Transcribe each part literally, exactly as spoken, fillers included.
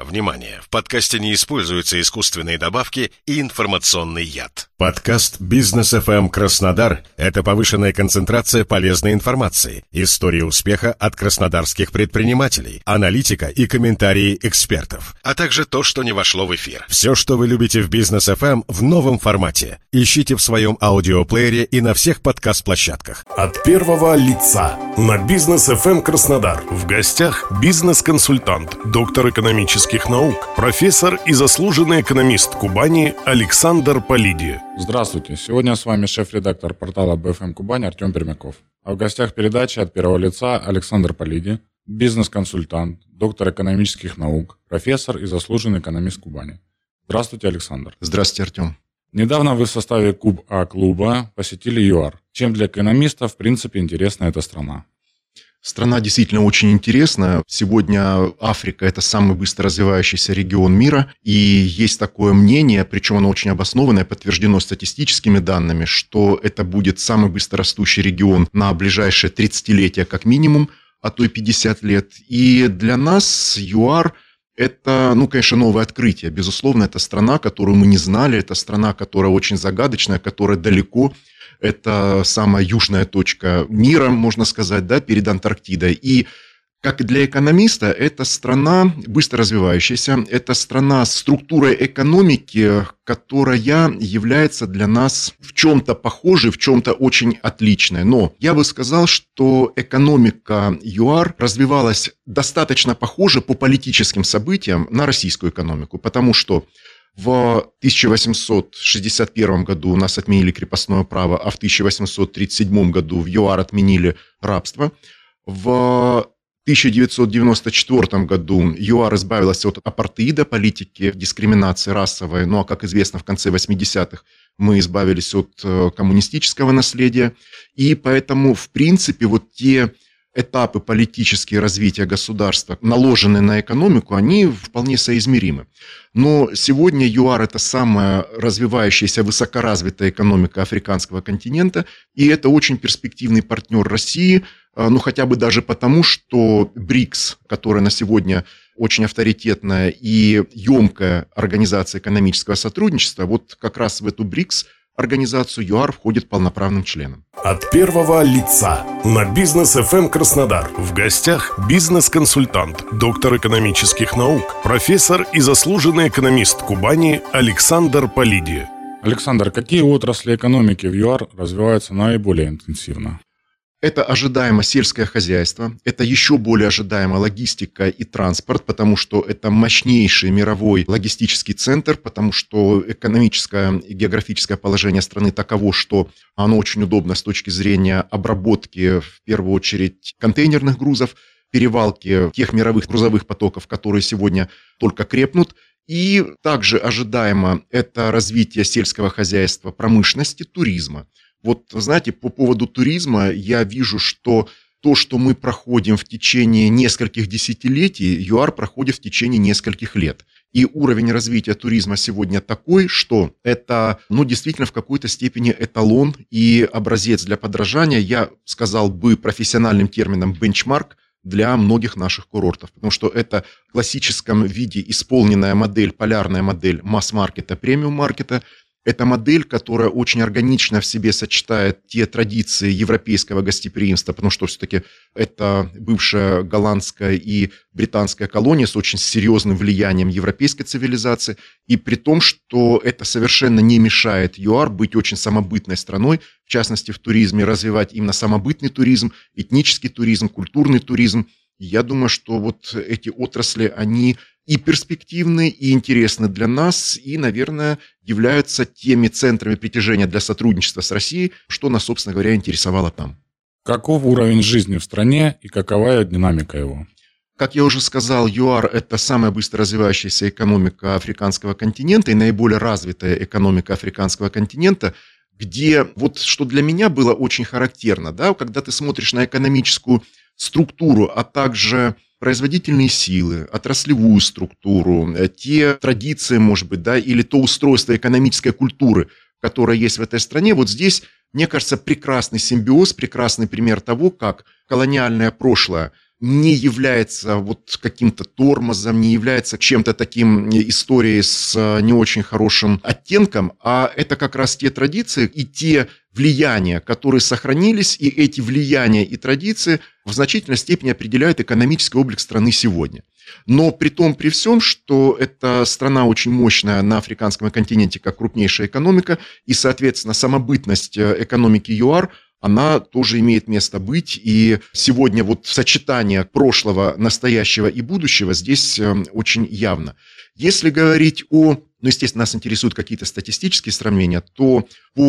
Внимание! В подкасте не используются искусственные добавки и информационный яд. Подкаст «Бизнес эф эм Краснодар» — это повышенная концентрация полезной информации, истории успеха от краснодарских предпринимателей, аналитика и комментарии экспертов, А также то, что не вошло в эфир. все, что вы любите в «Бизнес эф эм» в новом формате. Ищите в своем аудиоплеере и на всех подкаст-площадках. От первого лица на «Бизнес эф эм Краснодар». В гостях бизнес-консультант, доктор экономических наук, профессор и заслуженный экономист Кубани Александр Полиди. Здравствуйте! Сегодня с вами шеф-редактор портала би эф эм Кубань Артем Пермяков. А в гостях передачи от первого лица Александр Полиди, бизнес-консультант, доктор экономических наук, профессор и заслуженный экономист Кубани. Здравствуйте, Александр. Здравствуйте, Артем. Недавно вы в составе Куб-А-клуба посетили ЮАР. Чем для экономиста, в принципе, интересна эта страна? Страна действительно очень интересная. Сегодня Африка – это самый быстро развивающийся регион мира. И есть такое мнение, причем оно очень обоснованное, подтверждено статистическими данными, что это будет самый быстрорастущий регион на ближайшие тридцатилетия как минимум, а то и пятьдесят лет. И для нас ЮАР – это, ну, конечно, новое открытие. Безусловно, это страна, которую мы не знали, это страна, которая очень загадочная, которая далеко. Это самая южная точка мира, можно сказать, да, перед Антарктидой. И как и для экономиста, это страна быстро развивающаяся, это страна с структурой экономики, которая является для нас в чем-то похожей, в чем-то очень отличной. Но я бы сказал, что экономика ЮАР развивалась достаточно похоже по политическим событиям на российскую экономику, потому что в тысяча восемьсот шестьдесят первом году у нас отменили крепостное право, а в тысяча восемьсот тридцать седьмом году в ЮАР отменили рабство. В тысяча девятьсот девяносто четвёртом году ЮАР избавилась от апартеида, политики дискриминации расовой. Ну а, как известно, в конце восьмидесятых мы избавились от коммунистического наследия. И поэтому, в принципе, вот те этапы политические развития государства, наложенные на экономику, они вполне соизмеримы. Но сегодня ЮАР – это самая развивающаяся, высокоразвитая экономика африканского континента, и это очень перспективный партнер России, ну хотя бы даже потому, что БРИКС, которая на сегодня очень авторитетная и емкая организация экономического сотрудничества, вот как раз в эту БРИКС организацию ЮАР входит полноправным членом. От первого лица на «Бизнес эф эм Краснодар». В гостях бизнес-консультант, доктор экономических наук, профессор и заслуженный экономист Кубани Александр Полиди. Александр, какие отрасли экономики в ЮАР развиваются наиболее интенсивно? Это ожидаемо сельское хозяйство, это еще более ожидаемо логистика и транспорт, потому что это мощнейший мировой логистический центр, потому что экономическое и географическое положение страны таково, что оно очень удобно с точки зрения обработки, в первую очередь, контейнерных грузов, перевалки тех мировых грузовых потоков, которые сегодня только крепнут. И также ожидаемо это развитие сельского хозяйства, промышленности, туризма. Вот, знаете, по поводу туризма я вижу, что то, что мы проходим в течение нескольких десятилетий, ЮАР проходит в течение нескольких лет. И уровень развития туризма сегодня такой, что это, ну, действительно в какой-то степени эталон и образец для подражания, я сказал бы профессиональным термином бенчмарк для многих наших курортов, потому что это в классическом виде исполненная модель, полярная модель масс-маркета, премиум-маркета. Это модель, которая очень органично в себе сочетает те традиции европейского гостеприимства, потому что все-таки это бывшая голландская и британская колония с очень серьезным влиянием европейской цивилизации, и при том, что это совершенно не мешает ЮАР быть очень самобытной страной, в частности в туризме, развивать именно самобытный туризм, этнический туризм, культурный туризм. Я думаю, что вот эти отрасли, они и перспективны, и интересны для нас, и, наверное, являются теми центрами притяжения для сотрудничества с Россией, что нас, собственно говоря, интересовало там. Каков уровень жизни в стране и какова динамика его? Как я уже сказал, ЮАР – это самая быстро развивающаяся экономика африканского континента и наиболее развитая экономика африканского континента, где, вот что для меня было очень характерно, да, когда ты смотришь на экономическую структуру, а также производительные силы, отраслевую структуру, те традиции, может быть, да, или то устройство экономической культуры, которое есть в этой стране, вот здесь, мне кажется, прекрасный симбиоз, прекрасный пример того, как колониальное прошлое не является вот каким-то тормозом, не является чем-то таким историей с не очень хорошим оттенком, а это как раз те традиции и те влияния, которые сохранились, и эти влияния и традиции в значительной степени определяют экономический облик страны сегодня. Но при том, при всем, что эта страна очень мощная на африканском континенте как крупнейшая экономика, и, соответственно, самобытность экономики ЮАР, она тоже имеет место быть, и сегодня вот сочетание прошлого, настоящего и будущего здесь очень явно. Если говорить о, ну, естественно, нас интересуют какие-то статистические сравнения, то по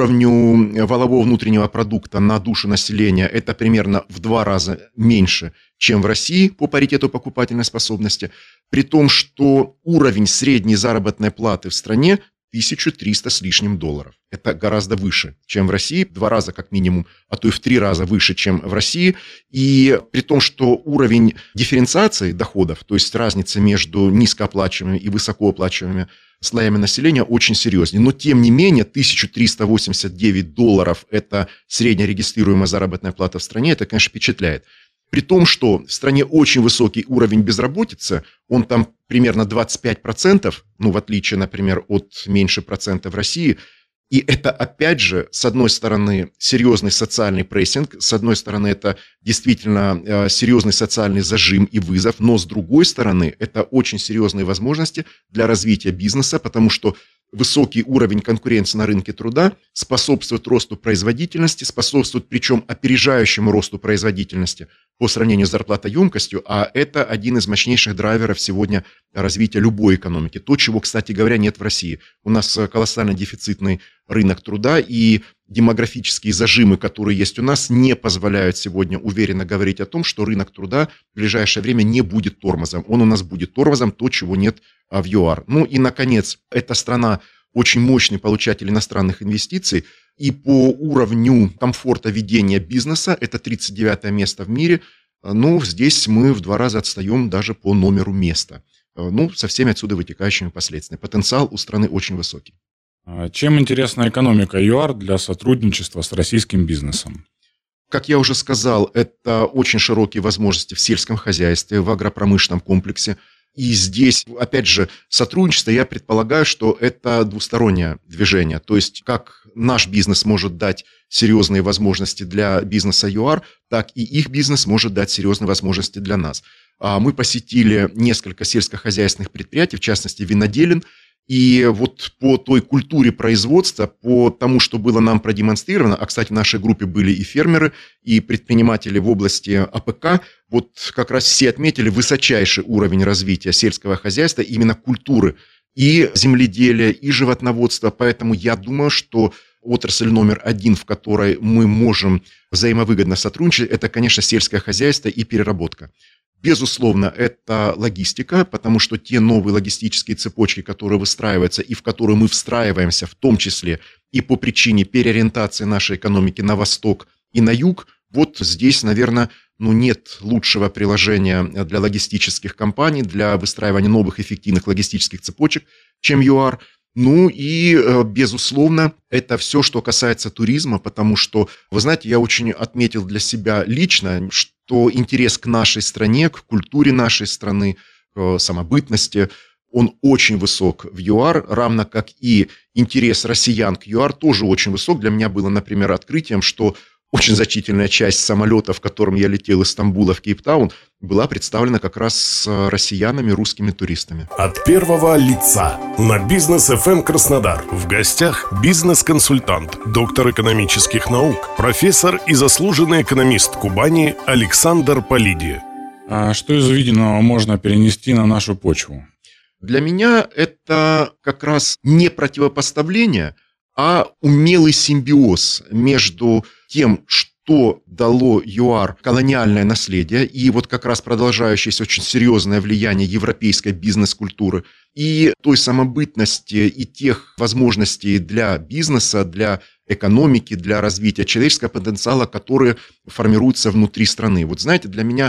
уровню валового внутреннего продукта на душу населения это примерно в два раза меньше, чем в России по паритету покупательной способности, при том, что уровень средней заработной платы в стране тысяча триста с лишним долларов. Это гораздо выше, чем в России, в два раза как минимум, а то и в три раза выше, чем в России. И при том, что уровень дифференциации доходов, то есть разница между низкооплачиваемыми и высокооплачиваемыми слоями населения очень серьезный. Но тем не менее, тысяча триста восемьдесят девять долларов – это средняя регистрируемая заработная плата в стране, это, конечно, впечатляет. При том, что в стране очень высокий уровень безработицы, он там примерно двадцать пять процентов, ну, в отличие, например, от меньше процента в России. И это, опять же, с одной стороны, серьезный социальный прессинг, с одной стороны, это действительно э, серьезный социальный зажим и вызов, но с другой стороны, это очень серьезные возможности для развития бизнеса, потому что высокий уровень конкуренции на рынке труда способствует росту производительности, способствует причем опережающему росту производительности по сравнению с зарплатоемкостью, а это один из мощнейших драйверов сегодня развития любой экономики. То, чего, кстати говоря, нет в России. У нас колоссально дефицитный рынок труда, и демографические зажимы, которые есть у нас, не позволяют сегодня уверенно говорить о том, что рынок труда в ближайшее время не будет тормозом. Он у нас будет тормозом, то, чего нет в ЮАР. Ну и, наконец, эта страна очень мощный получатель иностранных инвестиций, и по уровню комфорта ведения бизнеса это тридцать девятое место в мире. Ну, здесь мы в два раза отстаем даже по номеру места. Ну, со всеми отсюда вытекающими последствиями. Потенциал у страны очень высокий. Чем интересна экономика ЮАР для сотрудничества с российским бизнесом? Как я уже сказал, это очень широкие возможности в сельском хозяйстве, в агропромышленном комплексе. И здесь, опять же, сотрудничество, я предполагаю, что это двустороннее движение. То есть, как наш бизнес может дать серьезные возможности для бизнеса ЮАР, так и их бизнес может дать серьезные возможности для нас. Мы посетили несколько сельскохозяйственных предприятий, в частности, виноделин. И вот по той культуре производства, по тому, что было нам продемонстрировано, а, кстати, в нашей группе были и фермеры, и предприниматели в области АПК, вот как раз все отметили высочайший уровень развития сельского хозяйства, именно культуры и земледелия, и животноводства. Поэтому я думаю, что отрасль номер один, в которой мы можем взаимовыгодно сотрудничать, это, конечно, сельское хозяйство и переработка. Безусловно, это логистика, потому что те новые логистические цепочки, которые выстраиваются и в которые мы встраиваемся, в том числе и по причине переориентации нашей экономики на восток и на юг, вот здесь, наверное, ну, нет лучшего приложения для логистических компаний, для выстраивания новых эффективных логистических цепочек, чем ЮАР. Ну и, безусловно, это все, что касается туризма, потому что, вы знаете, я очень отметил для себя лично, что интерес к нашей стране, к культуре нашей страны, к самобытности, он очень высок в ЮАР, равно как и интерес россиян к ЮАР тоже очень высок. Для меня было, например, открытием, что очень значительная часть самолета, в котором я летел из Стамбула в Кейптаун, была представлена как раз с россиянами, русскими туристами. От первого лица на Бизнес эф эм Краснодар. В гостях бизнес-консультант, доктор экономических наук, профессор и заслуженный экономист Кубани Александр Полиди. А что из увиденного можно перенести на нашу почву? Для меня это как раз не противопоставление, а умелый симбиоз между тем, что дало ЮАР колониальное наследие и вот как раз продолжающееся очень серьезное влияние европейской бизнес-культуры и той самобытности и тех возможностей для бизнеса, для экономики, для развития человеческого потенциала, которые формируются внутри страны. Вот знаете, для меня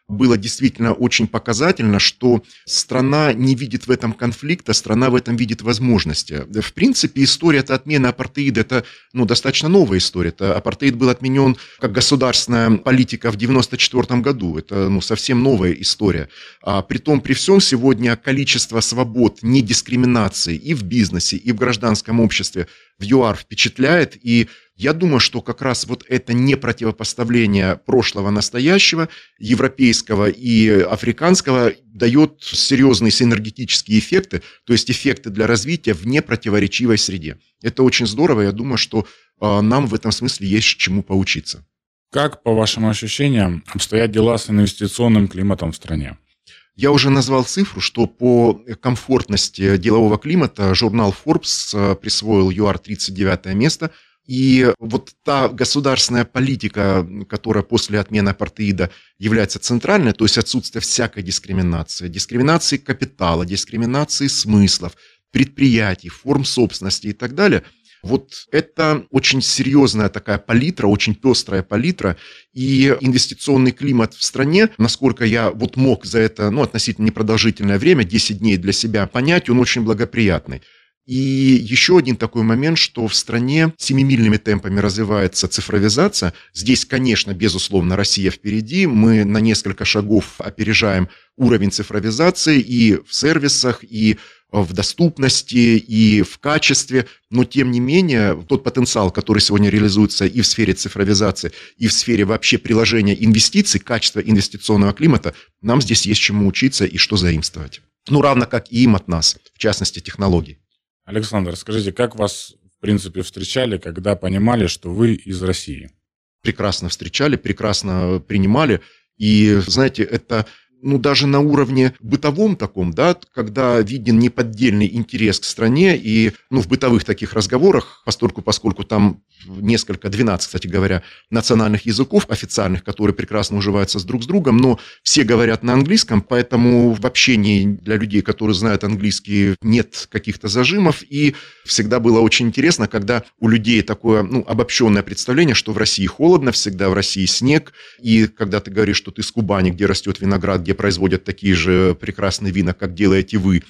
было действительно очень показательно, что страна не видит в этом конфликта, страна в этом видит возможности. В принципе, история это отмена апартеида, это ну, достаточно новая история. Это, апартеид был отменен как государственная политика в девяносто четвёртом году. Это ну, совсем новая история. А при том, при всем, сегодня количество свобод, недискриминации и в бизнесе, и в гражданском обществе в ЮАР впечатляет. И я думаю, что как раз вот это не противопоставление прошлого-настоящего, европейского и африканского дает серьезные синергетические эффекты, то есть эффекты для развития в непротиворечивой среде. Это очень здорово, я думаю, что э, нам в этом смысле есть чему поучиться. Как, по вашим ощущениям, обстоят дела с инвестиционным климатом в стране? Я уже назвал цифру, что по комфортности делового климата журнал Forbes присвоил ЮАР тридцать девятое место. И вот та государственная политика, которая после отмены апартеида является центральной, то есть отсутствие всякой дискриминации, дискриминации капитала, дискриминации смыслов, предприятий, форм собственности и так далее, вот это очень серьезная такая палитра, очень пестрая палитра, и инвестиционный климат в стране, насколько я вот мог за это ну, относительно непродолжительное время, десять дней для себя понять, он очень благоприятный. И еще один такой момент, что в стране семимильными темпами развивается цифровизация. Здесь, конечно, безусловно, Россия впереди. Мы на несколько шагов опережаем уровень цифровизации и в сервисах, и в доступности, и в качестве. Но, тем не менее, тот потенциал, который сегодня реализуется и в сфере цифровизации, и в сфере вообще приложения инвестиций, качества инвестиционного климата, нам здесь есть чему учиться и что заимствовать. Ну, равно как и им от нас, в частности, технологий. Александр, скажите, как вас, в принципе, встречали, когда понимали, что вы из России? Прекрасно встречали, прекрасно принимали. И, знаете, это ну, даже на уровне бытовом таком, да, когда виден неподдельный интерес к стране, и ну, в бытовых таких разговорах, постольку, поскольку там несколько, двенадцать, кстати говоря, национальных языков официальных, которые прекрасно уживаются с друг с другом, но все говорят на английском, поэтому в общении для людей, которые знают английский, нет каких-то зажимов, и всегда было очень интересно, когда у людей такое ну, обобщенное представление, что в России холодно, всегда в России снег, и когда ты говоришь, что ты с Кубани, где растет виноград, где производят такие же прекрасные вина, как делаете вы,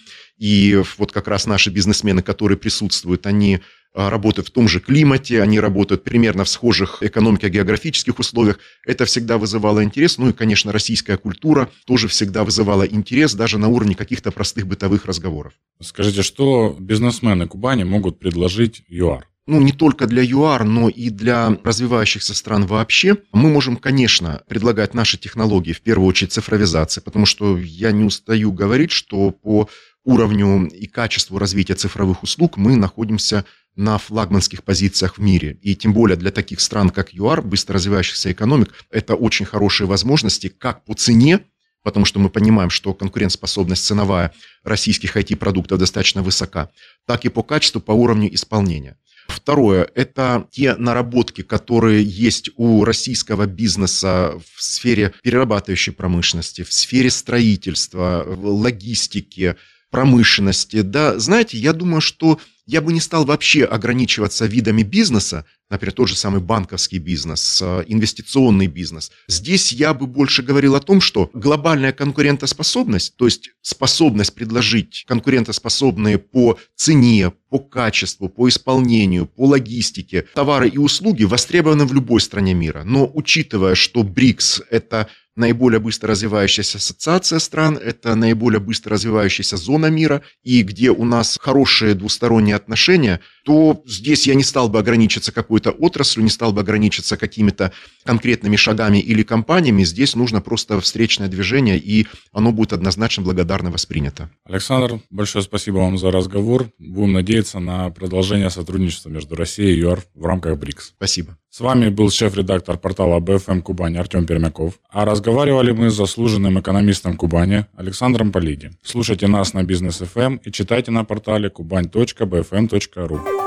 и вот как раз наши бизнесмены, которые присутствуют, они работают в том же климате, они работают примерно в схожих экономико-географических условиях. Это всегда вызывало интерес. Ну и, конечно, российская культура тоже всегда вызывала интерес даже на уровне каких-то простых бытовых разговоров. Скажите, что бизнесмены Кубани могут предложить ЮАР? Ну, не только для ЮАР, но и для развивающихся стран вообще. Мы можем, конечно, предлагать наши технологии, в первую очередь цифровизации, потому что я не устаю говорить, что по уровню и качеству развития цифровых услуг мы находимся на флагманских позициях в мире. И тем более для таких стран, как ЮАР, быстро развивающихся экономик, это очень хорошие возможности как по цене, потому что мы понимаем, что конкурентоспособность ценовая российских ай ти-продуктов достаточно высока, так и по качеству, по уровню исполнения. Второе – это те наработки, которые есть у российского бизнеса в сфере перерабатывающей промышленности, в сфере строительства, логистики, промышленности. Да, знаете, я думаю, что я бы не стал вообще ограничиваться видами бизнеса, например, тот же самый банковский бизнес, инвестиционный бизнес. Здесь я бы больше говорил о том, что глобальная конкурентоспособность, то есть способность предложить конкурентоспособные по цене, по качеству, по исполнению, по логистике товары и услуги востребованы в любой стране мира. Но учитывая, что БРИКС – это наиболее быстро развивающаяся ассоциация стран, это наиболее быстро развивающаяся зона мира, и где у нас хорошие двусторонние отношения, то здесь я не стал бы ограничиться какой-то отраслью, не стал бы ограничиться какими-то конкретными шагами или компаниями. Здесь нужно просто встречное движение, и оно будет однозначно благодарно воспринято. Александр, большое спасибо вам за разговор. Будем надеяться на продолжение сотрудничества между Россией и ЮАР в рамках БРИКС. Спасибо. С вами был шеф-редактор портала би эф эм Кубань Артем Пермяков. А разговаривали мы с заслуженным экономистом Кубани Александром Полиди. Слушайте нас на Бизнес эф эм и читайте на портале кубань точка би эф эм точка ру.